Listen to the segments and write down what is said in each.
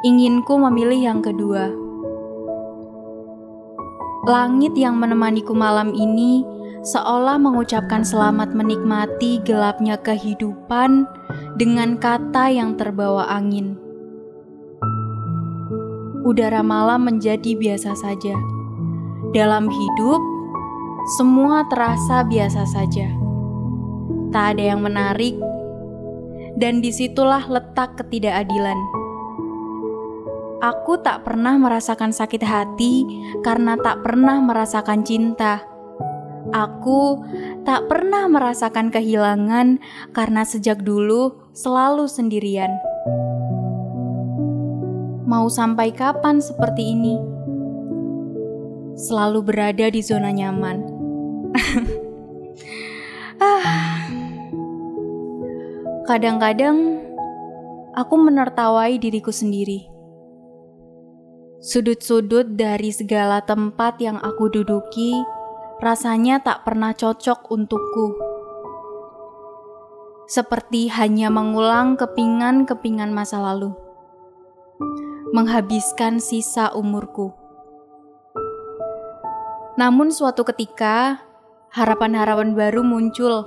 inginku memilih yang kedua. Langit yang menemaniku malam ini seolah mengucapkan selamat menikmati gelapnya kehidupan dengan kata yang terbawa angin. Udara malam menjadi biasa saja. Dalam hidup, semua terasa biasa saja. Tak ada yang menarik, dan disitulah letak ketidakadilan. Aku tak pernah merasakan sakit hati karena tak pernah merasakan cinta. Aku tak pernah merasakan kehilangan karena sejak dulu selalu sendirian. Mau sampai kapan seperti ini? Selalu berada di zona nyaman. Kadang-kadang aku menertawai diriku sendiri. Sudut-sudut dari segala tempat yang aku duduki rasanya tak pernah cocok untukku. Seperti hanya mengulang kepingan-kepingan masa lalu. Menghabiskan sisa umurku. Namun suatu ketika, harapan-harapan baru muncul.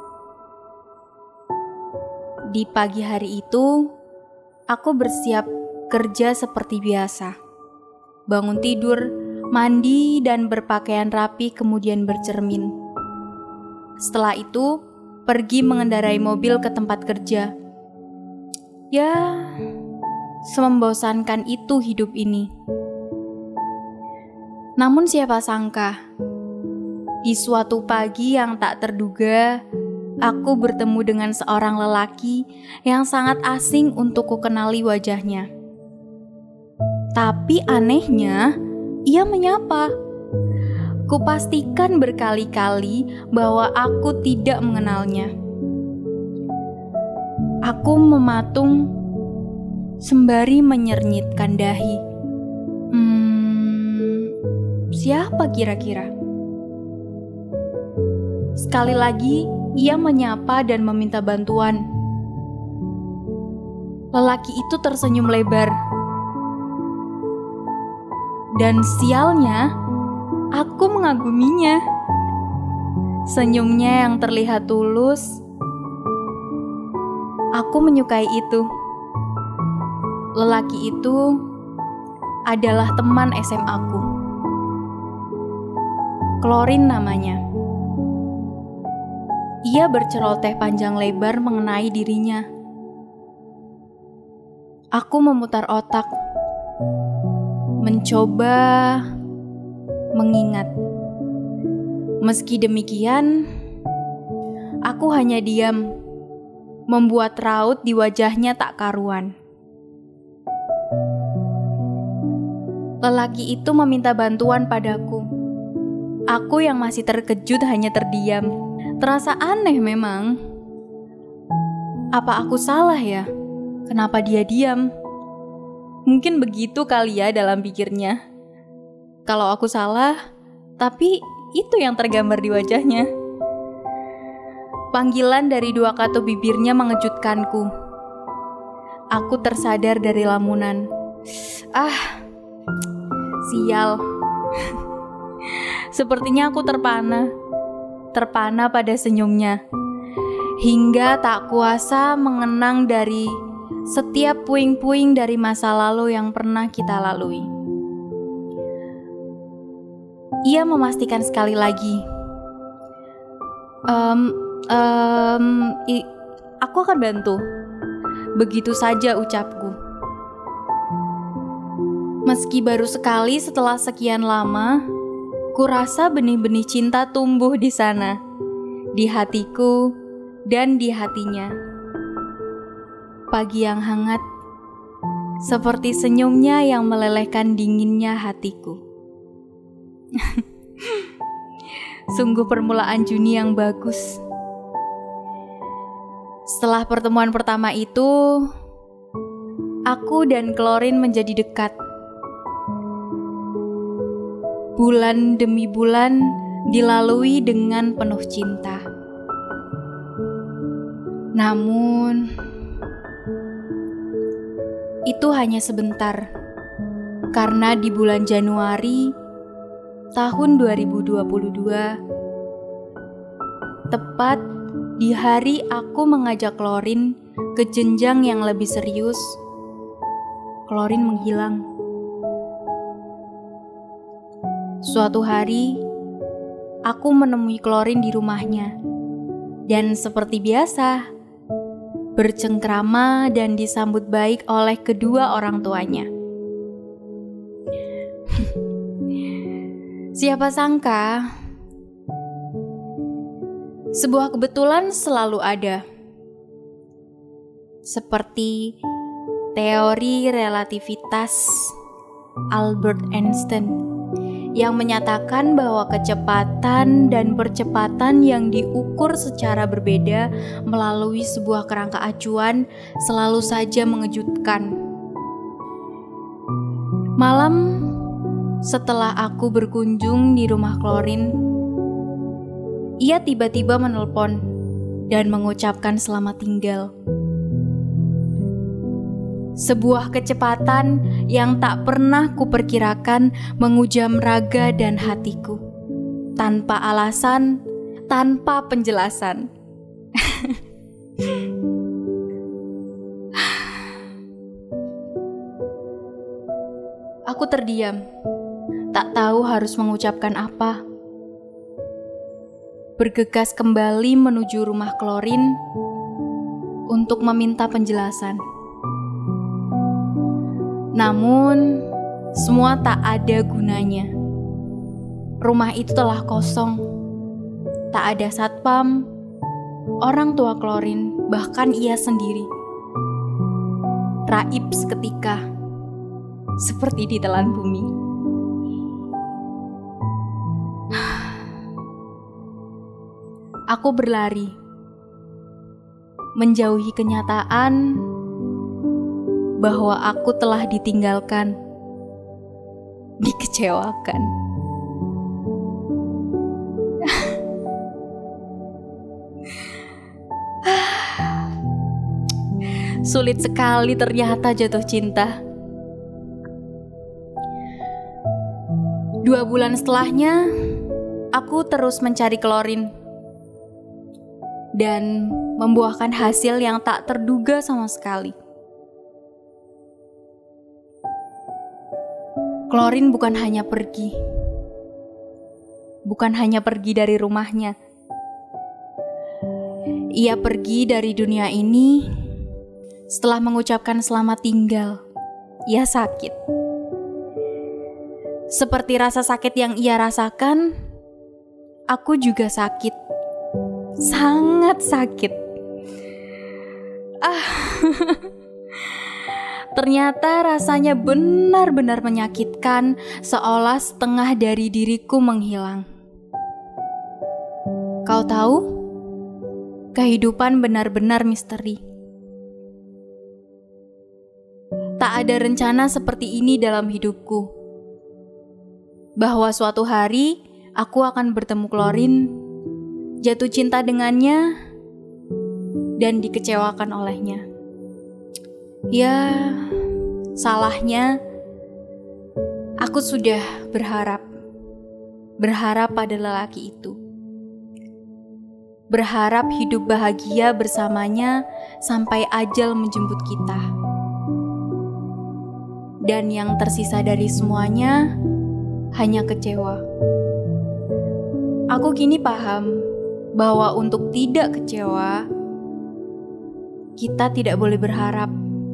Di pagi hari itu, aku bersiap kerja seperti biasa. Bangun tidur, mandi, dan berpakaian rapi kemudian bercermin. Setelah itu, pergi mengendarai mobil ke tempat kerja. Ya, semembosankan itu hidup ini. Namun siapa sangka, di suatu pagi yang tak terduga, aku bertemu dengan seorang lelaki yang sangat asing untuk kukenali wajahnya. Tapi anehnya, ia menyapa. Kupastikan berkali-kali bahwa aku tidak mengenalnya. Aku mematung sembari menyernyitkan dahi. Siapa kira-kira? Sekali lagi, ia menyapa dan meminta bantuan. Lelaki itu tersenyum lebar. Dan sialnya, aku mengaguminya. Senyumnya yang terlihat tulus. Aku menyukai itu. Lelaki itu adalah teman SMA-ku. Klorin namanya. Ia berceloteh panjang lebar mengenai dirinya. Aku memutar otak, mencoba mengingat. Meski demikian, aku hanya diam, membuat raut di wajahnya tak karuan. Lelaki itu meminta bantuan padaku. Aku yang masih terkejut hanya terdiam. Terasa aneh memang. Apa aku salah ya? Kenapa dia diam? Mungkin begitu kali ya dalam pikirnya. Kalau aku salah, tapi itu yang tergambar di wajahnya. Panggilan dari dua katup bibirnya mengejutkanku. Aku tersadar dari lamunan. Sial. Sepertinya aku terpana pada senyumnya. Hingga tak kuasa mengenang dari setiap puing-puing dari masa lalu yang pernah kita lalui. Ia memastikan sekali lagi. Aku akan bantu. Begitu saja ucapku. Meski baru sekali setelah sekian lama, kurasa benih-benih cinta tumbuh di sana, di hatiku dan di hatinya. Pagi yang hangat, seperti senyumnya yang melelehkan dinginnya hatiku. Sungguh permulaan Juni yang bagus. Setelah pertemuan pertama itu, aku dan Klorin menjadi dekat. Bulan demi bulan dilalui dengan penuh cinta. Namun, itu hanya sebentar. Karena di bulan Januari tahun 2022, tepat di hari aku mengajak Klorin ke jenjang yang lebih serius, Klorin menghilang. Suatu hari, aku menemui Klorin di rumahnya. Dan seperti biasa, bercengkrama dan disambut baik oleh kedua orang tuanya. Siapa sangka, sebuah kebetulan selalu ada. Seperti teori relativitas Albert Einstein yang menyatakan bahwa kecepatan dan percepatan yang diukur secara berbeda melalui sebuah kerangka acuan selalu saja mengejutkan. Malam setelah aku berkunjung di rumah Klorin, ia tiba-tiba menelpon dan mengucapkan selamat tinggal. Sebuah kecepatan yang tak pernah kuperkirakan mengujam raga dan hatiku. Tanpa alasan, tanpa penjelasan. Aku terdiam, tak tahu harus mengucapkan apa. Bergegas kembali menuju rumah Klorin untuk meminta penjelasan. Namun, semua tak ada gunanya. Rumah itu telah kosong. Tak ada satpam, orang tua Klorin, bahkan ia sendiri. Raib seketika, seperti ditelan bumi. Aku berlari, menjauhi kenyataan bahwa aku telah ditinggalkan, dikecewakan. Sulit sekali ternyata jatuh cinta. 2 bulan setelahnya, aku terus mencari Klorin dan membuahkan hasil yang tak terduga sama sekali. Klorin bukan hanya pergi dari rumahnya. Ia pergi dari dunia ini setelah mengucapkan selamat tinggal. Ia sakit. Seperti rasa sakit yang ia rasakan, aku juga sakit. Sangat sakit. Ternyata rasanya benar-benar menyakitkan, seolah setengah dari diriku menghilang. Kau tahu, kehidupan benar-benar misteri. Tak ada rencana seperti ini dalam hidupku. Bahwa suatu hari aku akan bertemu Klorin, jatuh cinta dengannya, dan dikecewakan olehnya. Ya, salahnya aku sudah berharap pada lelaki itu. Berharap hidup bahagia bersamanya sampai ajal menjemput kita. Dan yang tersisa dari semuanya hanya kecewa. Aku kini paham bahwa untuk tidak kecewa, kita tidak boleh berharap.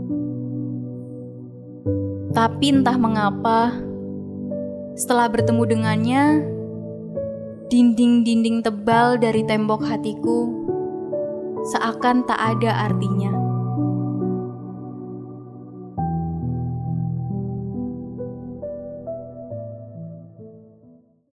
Tapi entah mengapa, setelah bertemu dengannya, dinding-dinding tebal dari tembok hatiku seakan tak ada artinya.